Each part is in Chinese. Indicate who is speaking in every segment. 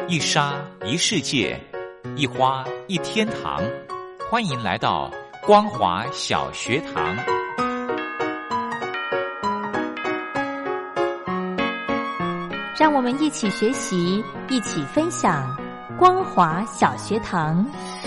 Speaker 1: 一沙一世界，一花一天堂。欢迎来到光华小学堂。
Speaker 2: 让我们一起学习，一起分享光华小学堂。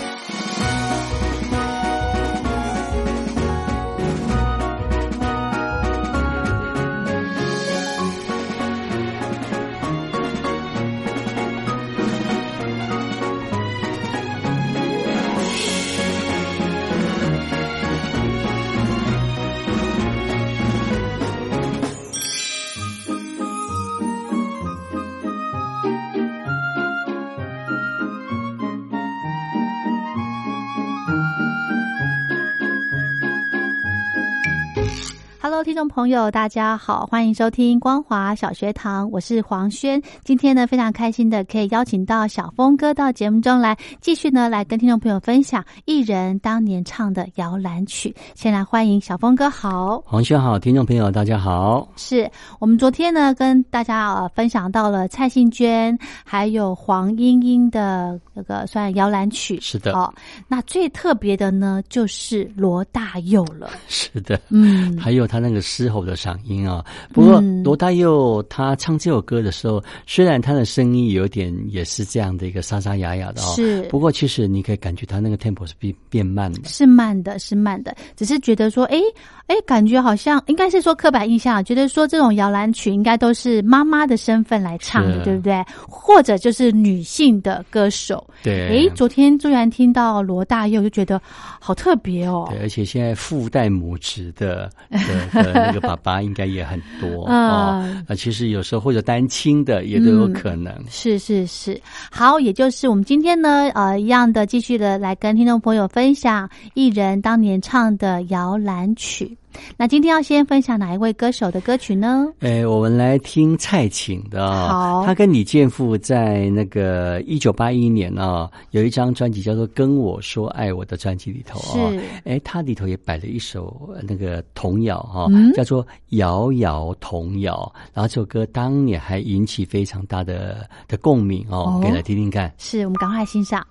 Speaker 3: Hello， 听众朋友，大家好，欢迎收听光华小学堂，我是黄轩。今天呢，非常开心的可以邀请到小峰哥到节目中来，继续呢来跟听众朋友分享艺人当年唱的摇篮曲。先来欢迎小峰哥好。
Speaker 4: 黄轩好，听众朋友大家好。
Speaker 3: 是我们昨天呢跟大家分享到了蔡幸娟还有黄莺莺的那个算摇篮曲。
Speaker 4: 是的。
Speaker 3: 那最特别的呢就是罗大佑了。
Speaker 4: 是的。还有他那个嘶吼的嗓音啊。不过罗大佑他唱这首歌的时候，虽然他的声音有点也是这样的一个沙沙哑哑的
Speaker 3: 是。
Speaker 4: 不过其实你可以感觉他那个 tempo 是变慢的。
Speaker 3: 是慢的，是慢的。只是觉得说感觉好像应该是说刻板印象，觉得说这种摇篮曲应该都是妈妈的身份来唱的，对不对？或者就是女性的歌手。
Speaker 4: 对。
Speaker 3: 昨天突然听到罗大佑就觉得好特别哦。
Speaker 4: 对，而且现在父代母职的那个爸爸应该也很多其实有时候或者单亲的也都有可能。
Speaker 3: 是。好，也就是我们今天呢一样的继续的来跟听众朋友分享艺人当年唱的摇篮曲。那今天要先分享哪一位歌手的歌曲呢？
Speaker 4: 我们来听蔡琴的
Speaker 3: 好，
Speaker 4: 他跟李健富在那个1981年有一张专辑叫做《跟我说爱我》的专辑里头是他里头也摆了一首那个童谣叫做《摇摇童谣》，然后这首歌当年还引起非常大的共鸣可以来听听看。
Speaker 3: 是，我们赶快来欣赏。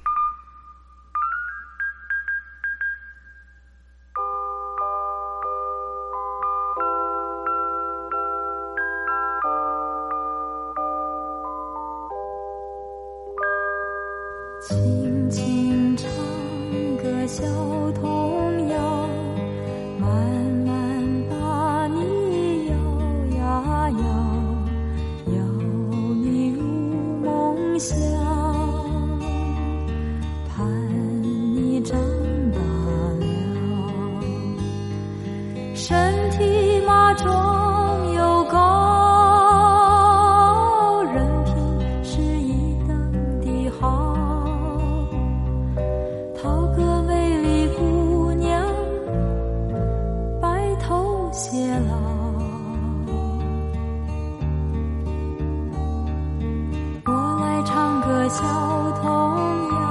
Speaker 5: 轻轻唱个小童谣，慢慢把你摇呀摇，摇你入梦乡，盼你长大了，身体马壮又高，小童谣，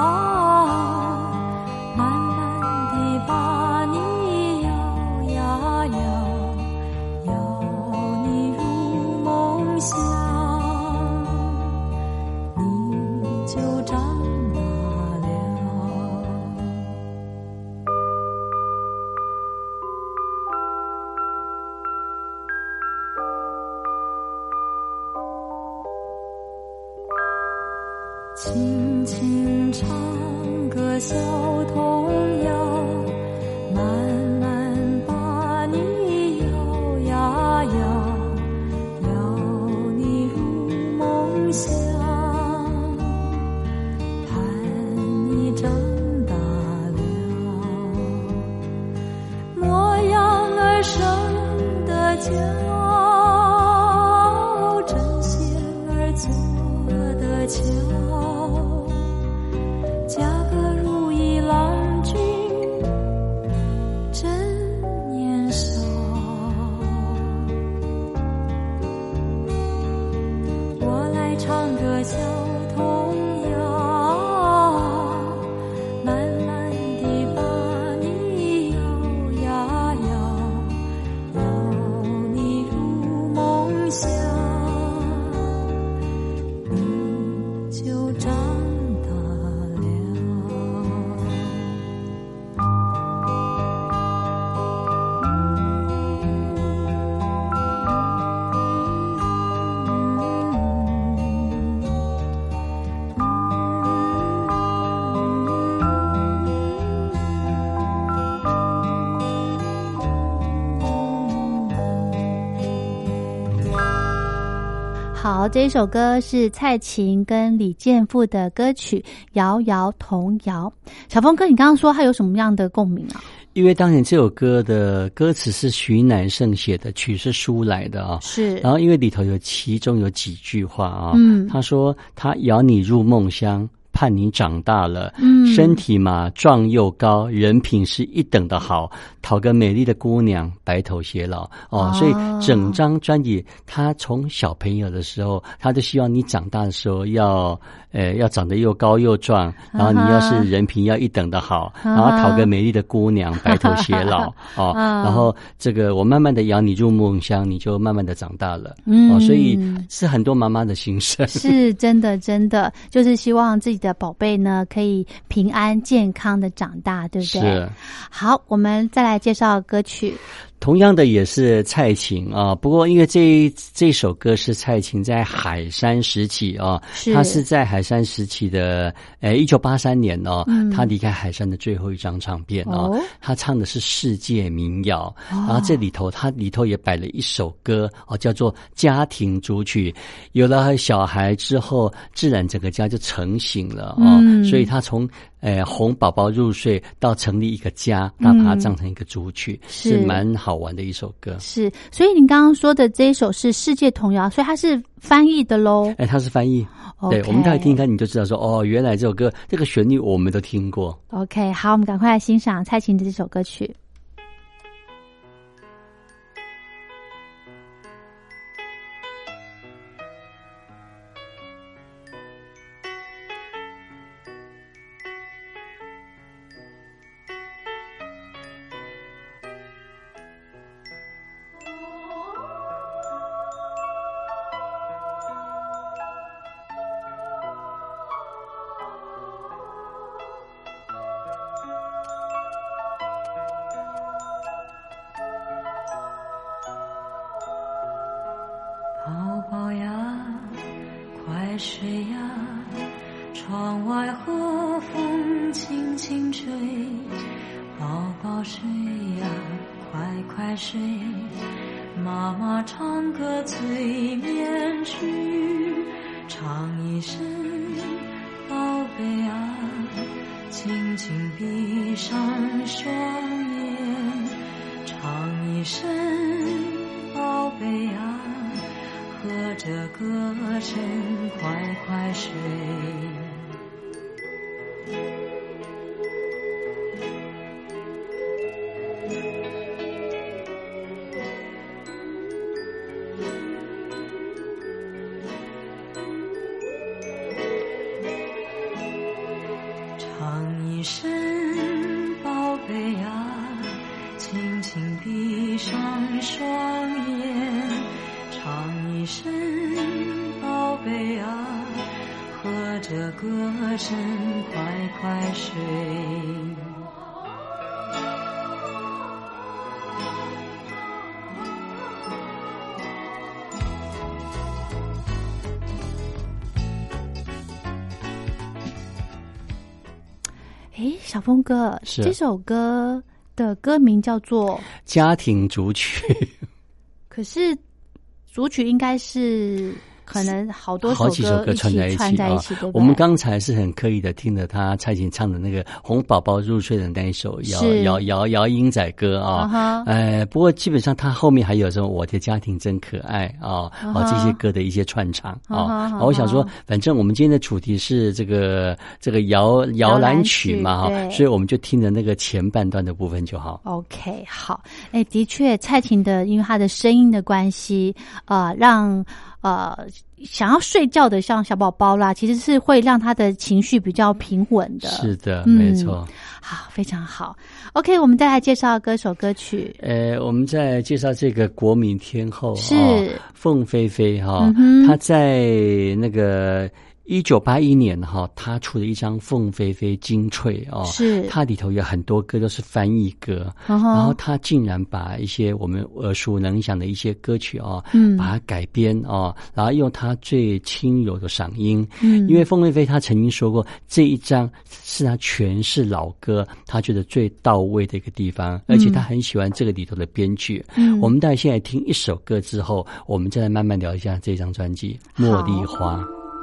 Speaker 5: 慢慢地把你摇呀摇，摇你入梦乡，你就长大了。轻轻唱个小童谣，慢慢把你摇呀摇，摇你入梦乡，盼你长大了，模样儿生得娇，针线儿做得巧，嫁个如意郎君真年少。我来唱个小童谣，慢慢地把你摇呀摇，摇你入梦乡，你
Speaker 3: 好，这一首歌是蔡琴跟李健复的歌曲《摇摇童谣》。小峰哥，你刚刚说它有什么样的共鸣啊？
Speaker 4: 因为当年这首歌的歌词是徐乃盛写的，曲是书来的啊。
Speaker 3: 是。
Speaker 4: 然后因为里头其中有几句话啊，他说他摇你入梦乡，盼你长大了，身体嘛壮又高，人品是一等的好，讨个美丽的姑娘，白头偕老哦。所以整张专辑，他从小朋友的时候，他就希望你长大的时候要长得又高又壮，然后你要是人品要一等的好，然后讨个美丽的姑娘，白头偕老哦。然后这个我慢慢的摇你入梦乡，你就慢慢的长大了哦。所以是很多妈妈的心声，
Speaker 3: 是真的，真的就是希望自己的宝贝呢可以平安健康的长大，对不对？
Speaker 4: 是。
Speaker 3: 好，我们再来介绍歌曲。
Speaker 4: 同样的也是蔡琴啊，不过因为这首歌是蔡琴在海山时期啊，他是在海山时期的1983年哦，他离开海山的最后一张唱片啊，他唱的是世界民谣，然后他里头也摆了一首歌哦，叫做家庭组曲。有了小孩之后，自然整个家就成型了哦，所以他从哄宝宝入睡到成立一个家，他把它唱成一个组曲，是蛮好玩的一首歌。
Speaker 3: 是，所以您刚刚说的这一首是世界童谣，所以它是翻译的咯。
Speaker 4: 它是翻译。对，我们大概听一看你就知道说，哦，原来这首歌这个旋律我们都听过。
Speaker 3: OK， 好，我们赶快来欣赏蔡琴的这首歌曲。
Speaker 5: 宝宝呀，快睡呀，窗外和风轻轻吹。宝宝睡呀，快快睡，妈妈唱个催眠曲，唱一声宝贝啊，轻轻闭上双眼，唱一声宝贝啊，和着歌声快快睡。唱一声宝贝啊，轻轻闭上双眼，唱一声宝贝啊，和着歌声快快睡。
Speaker 3: 小峰哥，这首歌的歌名叫做《
Speaker 4: 家庭组曲》，可
Speaker 3: 是组曲应该是可能好几首歌串在一起，对不对？
Speaker 4: 我们刚才是很刻意的听了他蔡琴唱的那个哄宝宝入睡的那一首摇鹰仔歌啊，不过基本上他后面还有什么我的家庭真可爱啊，这些歌的一些串唱啊。我想说，反正我们今天的主题是这个摇篮曲嘛哈，所以我们就听着那个前半段的部分就好。
Speaker 3: OK， 好，的确，蔡琴的因为她的声音的关系，让想要睡觉的像小宝宝啦，其实是会让他的情绪比较平稳的。
Speaker 4: 是的，没错。
Speaker 3: 好，非常好。OK， 我们再来介绍歌手歌曲。
Speaker 4: 我们再介绍这个国民天后
Speaker 3: 是
Speaker 4: 凤飞飞哈，她在那个 1981年他出了一张《凤飞飞精粹》
Speaker 3: 是
Speaker 4: 它里头有很多歌都是翻译歌，然后他竟然把一些我们耳熟能详的一些歌曲把它改编然后用他最轻柔的嗓音，因为凤飞飞他曾经说过，这一张是他全是老歌，他觉得最到位的一个地方，而且他很喜欢这个里头的编曲。我们待现在听一首歌之后，我们再来慢慢聊一下这张专辑《茉莉花》。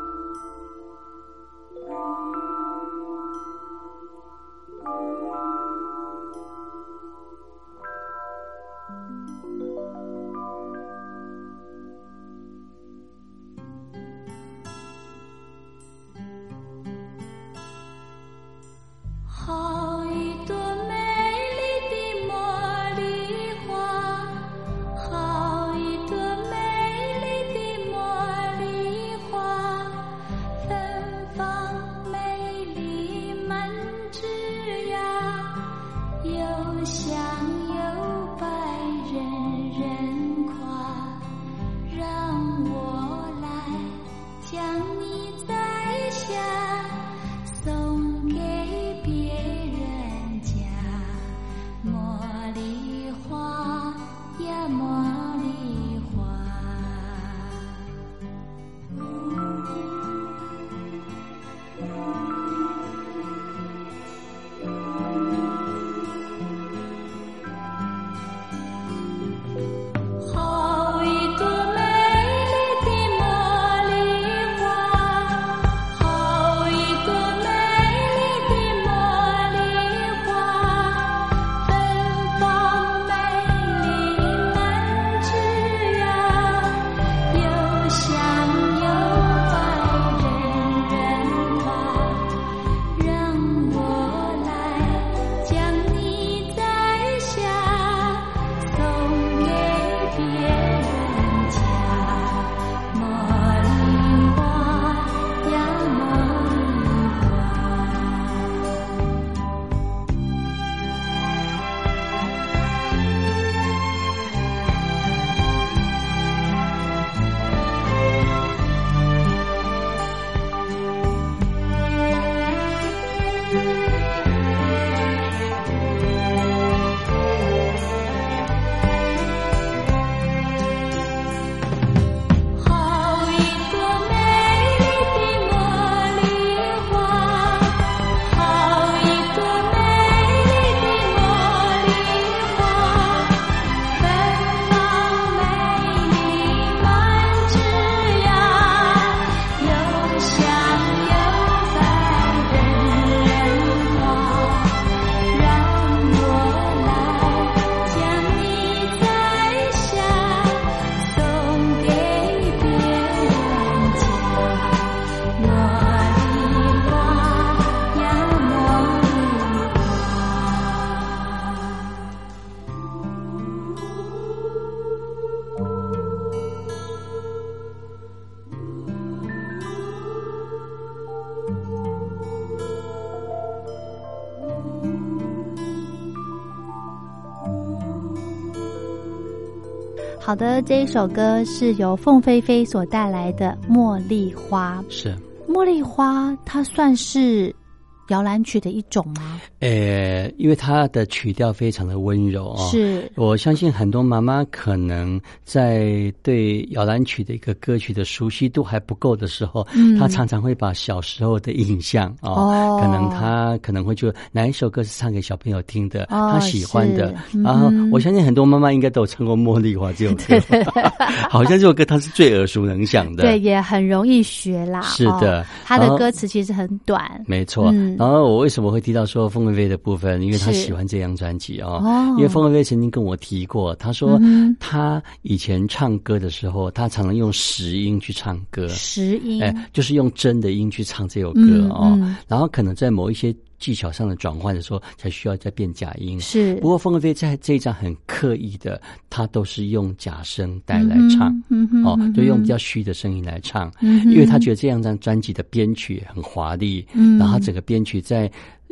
Speaker 3: 好的，这一首歌是由凤飞飞所带来的《茉莉花》。
Speaker 4: 是
Speaker 3: 茉莉花，它算是摇篮曲的一种吗？
Speaker 4: 因为它的曲调非常的温柔
Speaker 3: 是
Speaker 4: 我相信很多妈妈可能在对摇篮曲的一个歌曲的熟悉度还不够的时候，她常常会把小时候的印象可能她可能会就哪一首歌是唱给小朋友听的，她喜欢的，然后我相信很多妈妈应该都有唱过《茉莉花》这首歌，好像这首歌它是最耳熟能详的，
Speaker 3: 对，也很容易学啦。
Speaker 4: 是的，
Speaker 3: 它的歌词其实很短，
Speaker 4: 没错。然后我为什么会提到说凤飞飞的部分？因为他喜欢这张专辑因为凤飞飞曾经跟我提过，他说他以前唱歌的时候，他常常用实音去唱歌，
Speaker 3: 实音，
Speaker 4: 就是用真的音去唱这首歌然后可能在某一些技巧上的转换的时候，才需要再变假音。是，不过凤飞飞在这一张很刻意的，他都是用假声带来唱，就用比较虚的声音来唱，因为他觉得这样张专辑的编曲很华丽，然后整个编曲在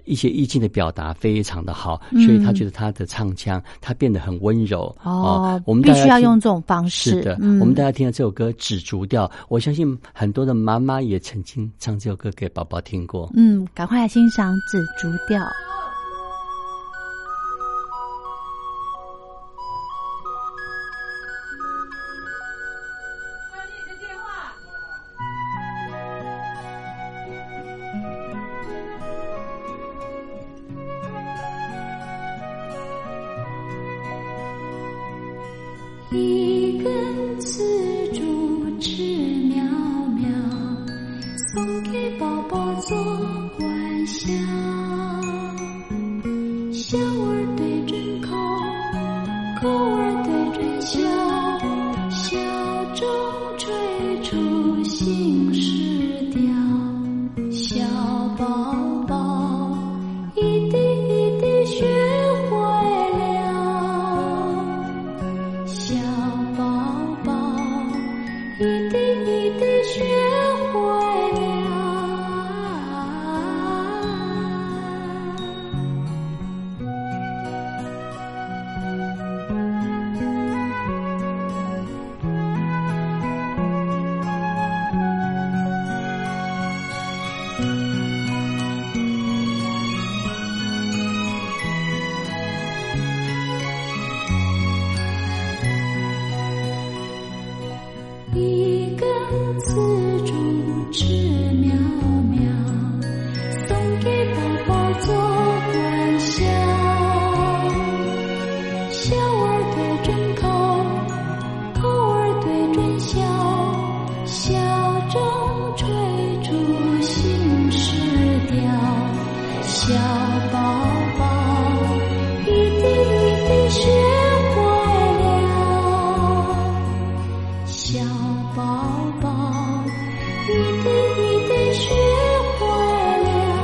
Speaker 4: 一些意境的表达非常的好，所以他觉得他的唱腔他变得很温柔
Speaker 3: 我们必须要用这种方式。
Speaker 4: 是的，我们大家听到这首歌《紫竹调》，我相信很多的妈妈也曾经唱这首歌给宝宝听过。
Speaker 3: 赶快来欣赏《紫竹调》。
Speaker 5: 一根紫竹枝苗苗，送给宝宝做观想。小儿对准口，口儿对准笑，笑中吹出心事调。小宝宝一滴一滴学会了，小宝宝一滴一滴学会了。一根紫竹枝苗苗，送给宝宝做观想。小儿对准口，口儿对准笑，笑中吹出心事调。小宝宝一滴一滴学会了，小宝宝一滴一滴学会了。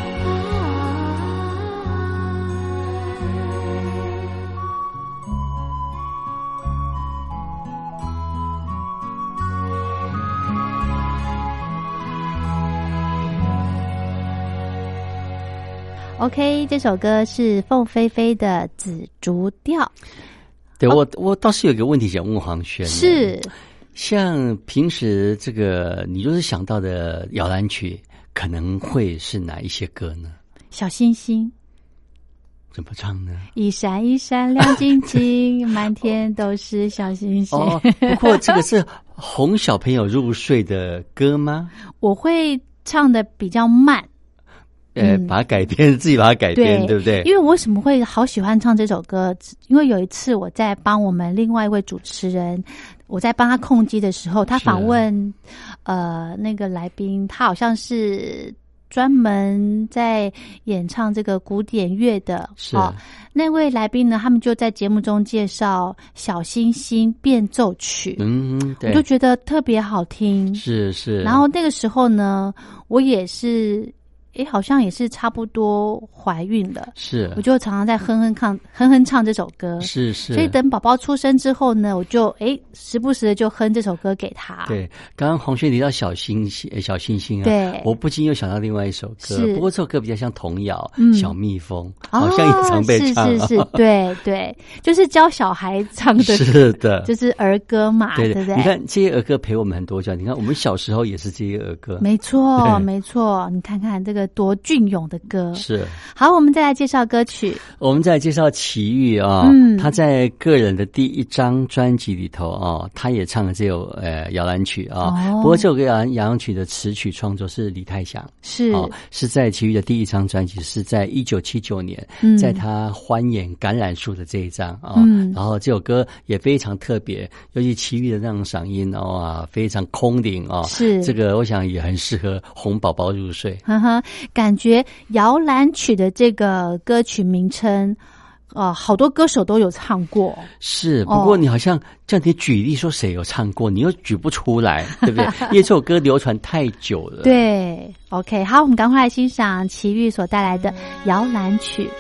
Speaker 3: OK， 这首歌是凤飞飞的《紫竹调》。
Speaker 4: 对，我倒是有个问题想问黄轩，
Speaker 3: 是
Speaker 4: 像平时这个你就是想到的摇篮曲，可能会是哪一些歌呢？
Speaker 3: 小星星，
Speaker 4: 怎么唱呢？
Speaker 3: 一闪一闪亮晶晶，满天都是小星星。
Speaker 4: 不过这个是哄小朋友入睡的歌吗？
Speaker 3: 我会唱的比较慢。
Speaker 4: 把它改编，自己把它改编，对不对？
Speaker 3: 因为我为什么会好喜欢唱这首歌？因为有一次我在帮我们另外一位主持人，我在帮他控机的时候，他访问那个来宾，他好像是专门在演唱这个古典乐的。
Speaker 4: 是
Speaker 3: 那位来宾呢，他们就在节目中介绍《小星星变奏曲》，
Speaker 4: 对，
Speaker 3: 我就觉得特别好听。
Speaker 4: 是。
Speaker 3: 然后那个时候呢，我也是。好像也是差不多怀孕了，
Speaker 4: 是，
Speaker 3: 我就常常在哼哼唱这首歌，
Speaker 4: 是。
Speaker 3: 所以等宝宝出生之后呢，我就时不时的就哼这首歌给他。
Speaker 4: 对，刚刚黄轩提到小星星啊，
Speaker 3: 对，
Speaker 4: 我不禁又想到另外一首歌，不过这首歌比较像童谣，小蜜蜂，
Speaker 3: 好
Speaker 4: 像也常被唱，
Speaker 3: 是，对，就是教小孩唱的，
Speaker 4: 是的，
Speaker 3: 就是儿歌嘛，对不对？
Speaker 4: 你看这些儿歌陪我们很多，你看我们小时候也是这些儿歌，
Speaker 3: 没错，你看看这个多隽永的歌。
Speaker 4: 是。
Speaker 3: 好，我们再来介绍歌曲。
Speaker 4: 我们再来介绍齐豫他在个人的第一张专辑里头他也唱了这首摇篮曲不过这首歌摇篮曲的词曲创作是李泰祥，是在齐豫的第一张专辑，是在1979年，在他欢演橄榄树的这一张然后这首歌也非常特别，尤其齐豫的那种嗓音非常空灵
Speaker 3: 是
Speaker 4: 这个我想也很适合哄宝宝入睡。
Speaker 3: 感觉摇篮曲的这个歌曲名称好多歌手都有唱过。
Speaker 4: 是，不过你好像叫你举例说谁有唱过，你又举不出来，对不对？因为这首歌流传太久了。
Speaker 3: 对 OK， 好，我们赶快来欣赏齐豫所带来的摇篮曲。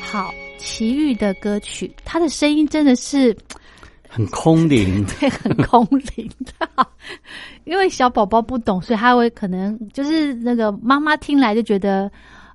Speaker 3: 好，齐豫的歌曲，他的声音真的是
Speaker 4: 很空灵，
Speaker 3: 对，很空灵的。因为小宝宝不懂，所以他会可能就是那个妈妈听来就觉得，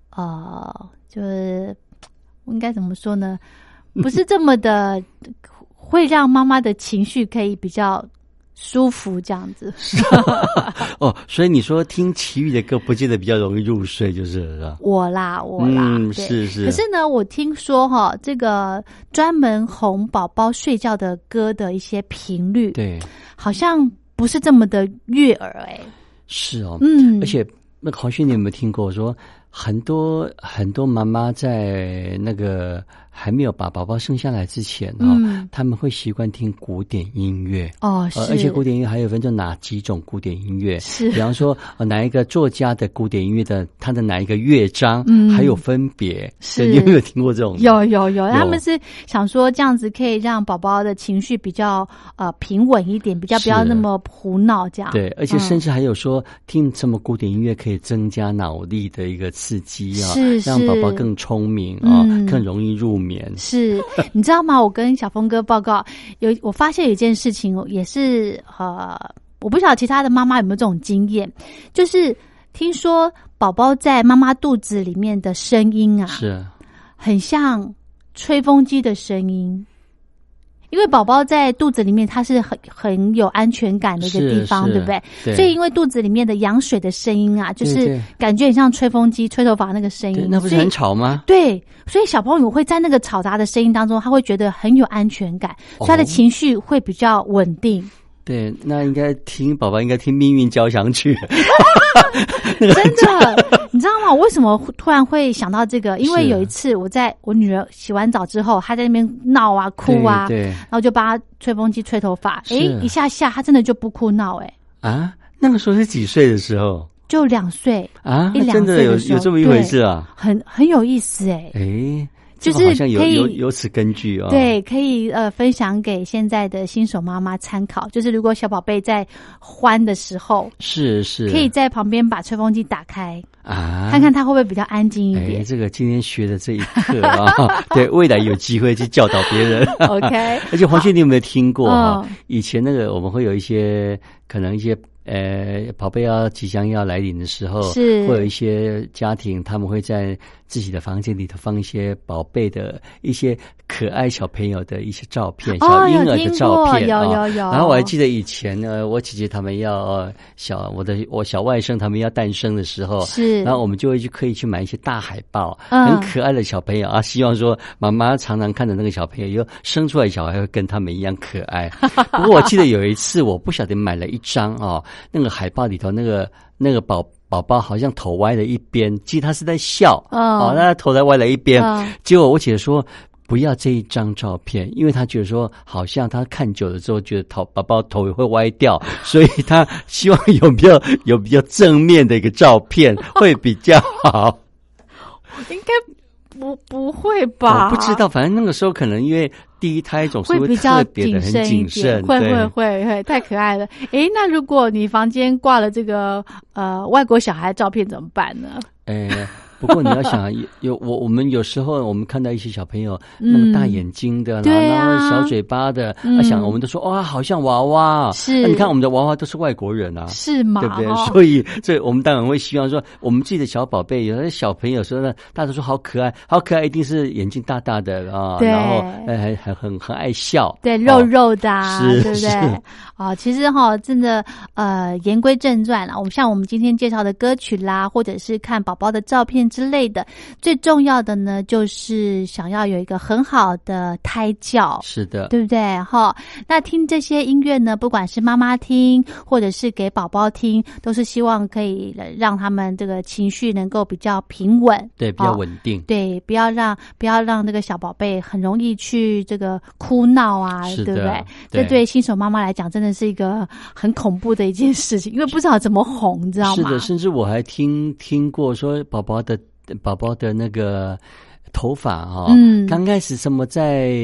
Speaker 3: 就是应该怎么说呢？不是这么的会让妈妈的情绪可以比较舒服这样子。
Speaker 4: 哦，所以你说听齐豫的歌不见得比较容易入睡，就是了。
Speaker 3: 我啦，
Speaker 4: 是是。
Speaker 3: 可是呢，我听说这个专门哄宝宝睡觉的歌的一些频率，
Speaker 4: 对，
Speaker 3: 好像不是这么的悦耳
Speaker 4: 是哦，而且那个黄轩，你有没有听过说很多妈妈在那个还没有把宝宝生下来之前他们会习惯听古典音乐
Speaker 3: 是
Speaker 4: 而且古典音乐还有分就哪几种古典音乐，
Speaker 3: 是
Speaker 4: 比方说哪一个作家的古典音乐的他的哪一个乐章还有分别，
Speaker 3: 是
Speaker 4: 你有没有听过这种？
Speaker 3: 有，他们是想说这样子可以让宝宝的情绪比较平稳一点，比较不要那么胡闹这样。
Speaker 4: 对，而且甚至还有说听什么古典音乐可以增加脑力的一个刺激
Speaker 3: 是
Speaker 4: 让宝宝更聪明更容易入眠。
Speaker 3: 是，你知道吗？我跟小峰哥报告，我发现有一件事情也是我不晓得其他的妈妈有没有这种经验，就是听说宝宝在妈妈肚子里面的声音
Speaker 4: 是
Speaker 3: 很像吹风机的声音。因为宝宝在肚子里面，它是很有安全感的一个地方，对不对？
Speaker 4: 对。
Speaker 3: 所以因为肚子里面的羊水的声音就是感觉很像吹风机吹头发那个声音，
Speaker 4: 那不是很吵吗？
Speaker 3: 对，所以小朋友会在那个嘈杂的声音当中，他会觉得很有安全感，所以他的情绪会比较稳定。
Speaker 4: 对，那宝宝应该听命运交响曲。
Speaker 3: 真的，你知道吗？我为什么突然会想到这个？因为有一次我女儿洗完澡之后，她在那边闹哭
Speaker 4: 对，
Speaker 3: 然后就帮她吹风机吹头发，一下她真的就不哭闹
Speaker 4: 那个时候是几岁的时候？
Speaker 3: 就2岁1-2
Speaker 4: 真的有这么一回事啊？
Speaker 3: 很有意思就是
Speaker 4: 好像有此根据
Speaker 3: 对，可以分享给现在的新手妈妈参考。就是如果小宝贝在欢的时候，
Speaker 4: 是
Speaker 3: 可以在旁边把吹风机打开看看他会不会比较安静一点。
Speaker 4: 这个今天学的这一课对，未来有机会去教导别人。
Speaker 3: OK，
Speaker 4: 而且黄轩，你有没有听过以前那个我们会有一些可能一些宝贝即将要来临的时候，
Speaker 3: 是
Speaker 4: 会有一些家庭他们会在自己的房间里头放一些宝贝的一些可爱小朋友的一些照片，小婴儿的照片
Speaker 3: 有。
Speaker 4: 然后我还记得以前呢，我姐姐他们要我小外甥他们要诞生的时候，
Speaker 3: 是，
Speaker 4: 然后我们就会可以去买一些大海报，很可爱的小朋友希望说妈妈常常看着那个小朋友，以后生出来的小孩会跟他们一样可爱。不过我记得有一次，我不晓得买了一张那个海报里头那个宝宝好像头歪了一边，其实他是在笑那他头才歪了一边。结果我姐说不要这一张照片，因为他觉得说好像他看久了之后觉得宝宝头也会歪掉，所以他希望有比较正面的一个照片会比较好。
Speaker 3: 应该不会吧？
Speaker 4: 我不知道，反正那个时候可能因为第一胎总是会特别的很谨慎，
Speaker 3: 会太可爱了。那如果你房间挂了这个外国小孩照片怎么办呢？
Speaker 4: 不过你要想，我们有时候我们看到一些小朋友那么大眼睛的，然后小嘴巴的，想我们都说哇，好像娃娃。
Speaker 3: 是，
Speaker 4: 你看我们的娃娃都是外国人
Speaker 3: 是吗？
Speaker 4: 对不对？所以我们当然会希望说，我们自己的小宝贝，有的小朋友说呢，大家都说好可爱，好可爱，一定是眼睛大大的然后很爱笑，
Speaker 3: 对，肉肉的
Speaker 4: 是，
Speaker 3: 对不对？其实真的言归正传啦，我们今天介绍的歌曲啦，或者是看宝宝的照片之类的，最重要的呢，就是想要有一个很好的胎教，
Speaker 4: 是的，
Speaker 3: 对不对？那听这些音乐呢，不管是妈妈听，或者是给宝宝听，都是希望可以让他们这个情绪能够比较平稳，
Speaker 4: 对，比较稳定，
Speaker 3: 对，不要让这个小宝贝很容易去这个哭闹对不对？这对新手妈妈来讲，真的是一个很恐怖的一件事情，因为不知道怎么哄，你知道吗？
Speaker 4: 是的，甚至我还听过说宝宝的那个头发刚开始什么在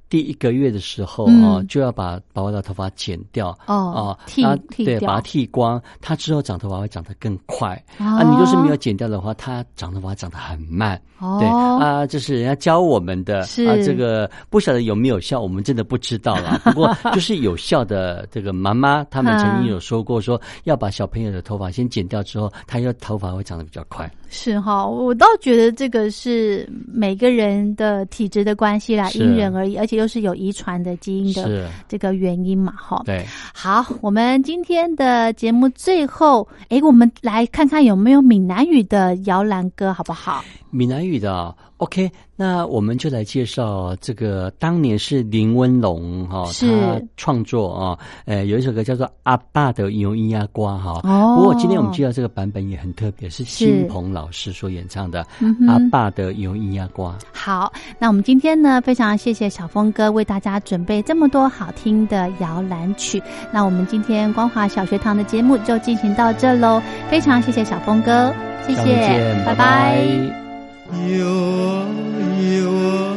Speaker 4: 第1个月的时候就要把宝宝的头发剪掉
Speaker 3: 剃
Speaker 4: 对，
Speaker 3: 掉，
Speaker 4: 把它剃光，它之后长头发会长得更快你就是没有剪掉的话，它长头发长得很慢对这是人家教我们的这个不晓得有没有效，我们真的不知道啦不过就是有效的，这个妈妈他们曾经有说过，说要把小朋友的头发先剪掉之后，他头发会长得比较快。
Speaker 3: 是我倒觉得这个是每个人的体质的关系啦，因人而异，而且又是有遗传的基因的这个原因嘛
Speaker 4: 对。
Speaker 3: 好，我们今天的节目最后我们来看看有没有闽南语的摇篮歌好不好？
Speaker 4: 闽南语的OK， 那我们就来介绍这个，当年是林文龙他创作有一首歌叫做《阿爸的油衣呀瓜》不过今天我们介绍这个版本也很特别，是新鹏老师所演唱的《阿爸的油衣呀瓜》。
Speaker 3: 好，那我们今天呢，非常谢谢小峰哥为大家准备这么多好听的摇篮曲。那我们今天光华小学堂的节目就进行到这咯，非常谢谢小峰哥，谢谢，拜拜。
Speaker 6: 摇啊摇啊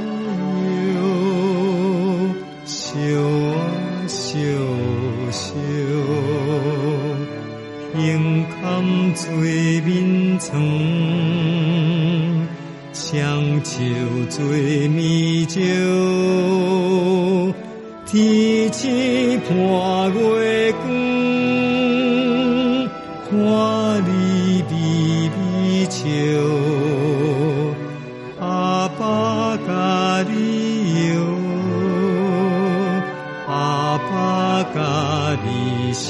Speaker 6: 摇，烧啊烧烧，胸坎水面床，双手做米酒，天星伴月光，看你微微笑。阿爸甲你摇，阿爸甲你笑，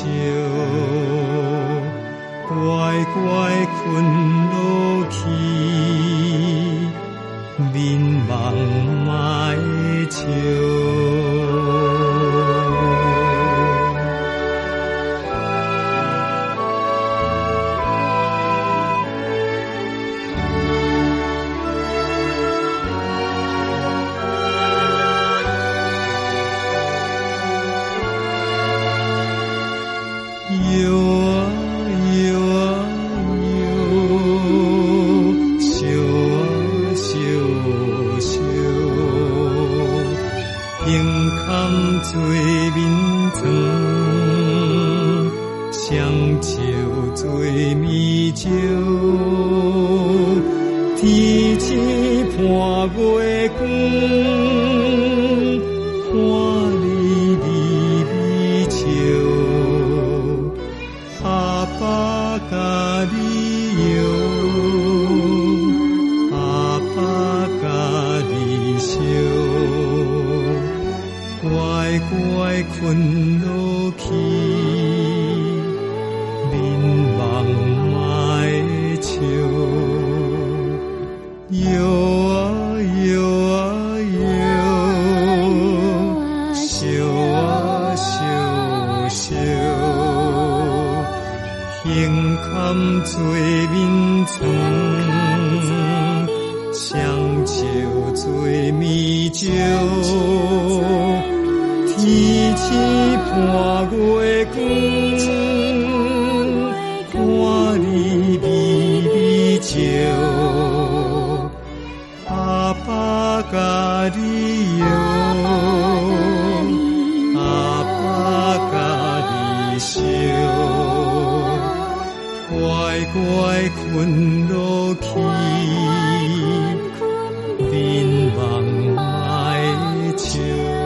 Speaker 6: 乖乖困落去，面茫莫笑。做面床，双手做米酒，天星伴月光，看你微微笑，阿爸甲你摇，阿爸甲你笑，乖乖困落去，面茫莫笑。摇啊摇啊摇，烧啊烧烧，胸坎做面床，双手做米酒。天星伴月光，看你微微笑，阿爸甲你摇，阿爸甲你笑，乖乖困落去，面茫莫笑。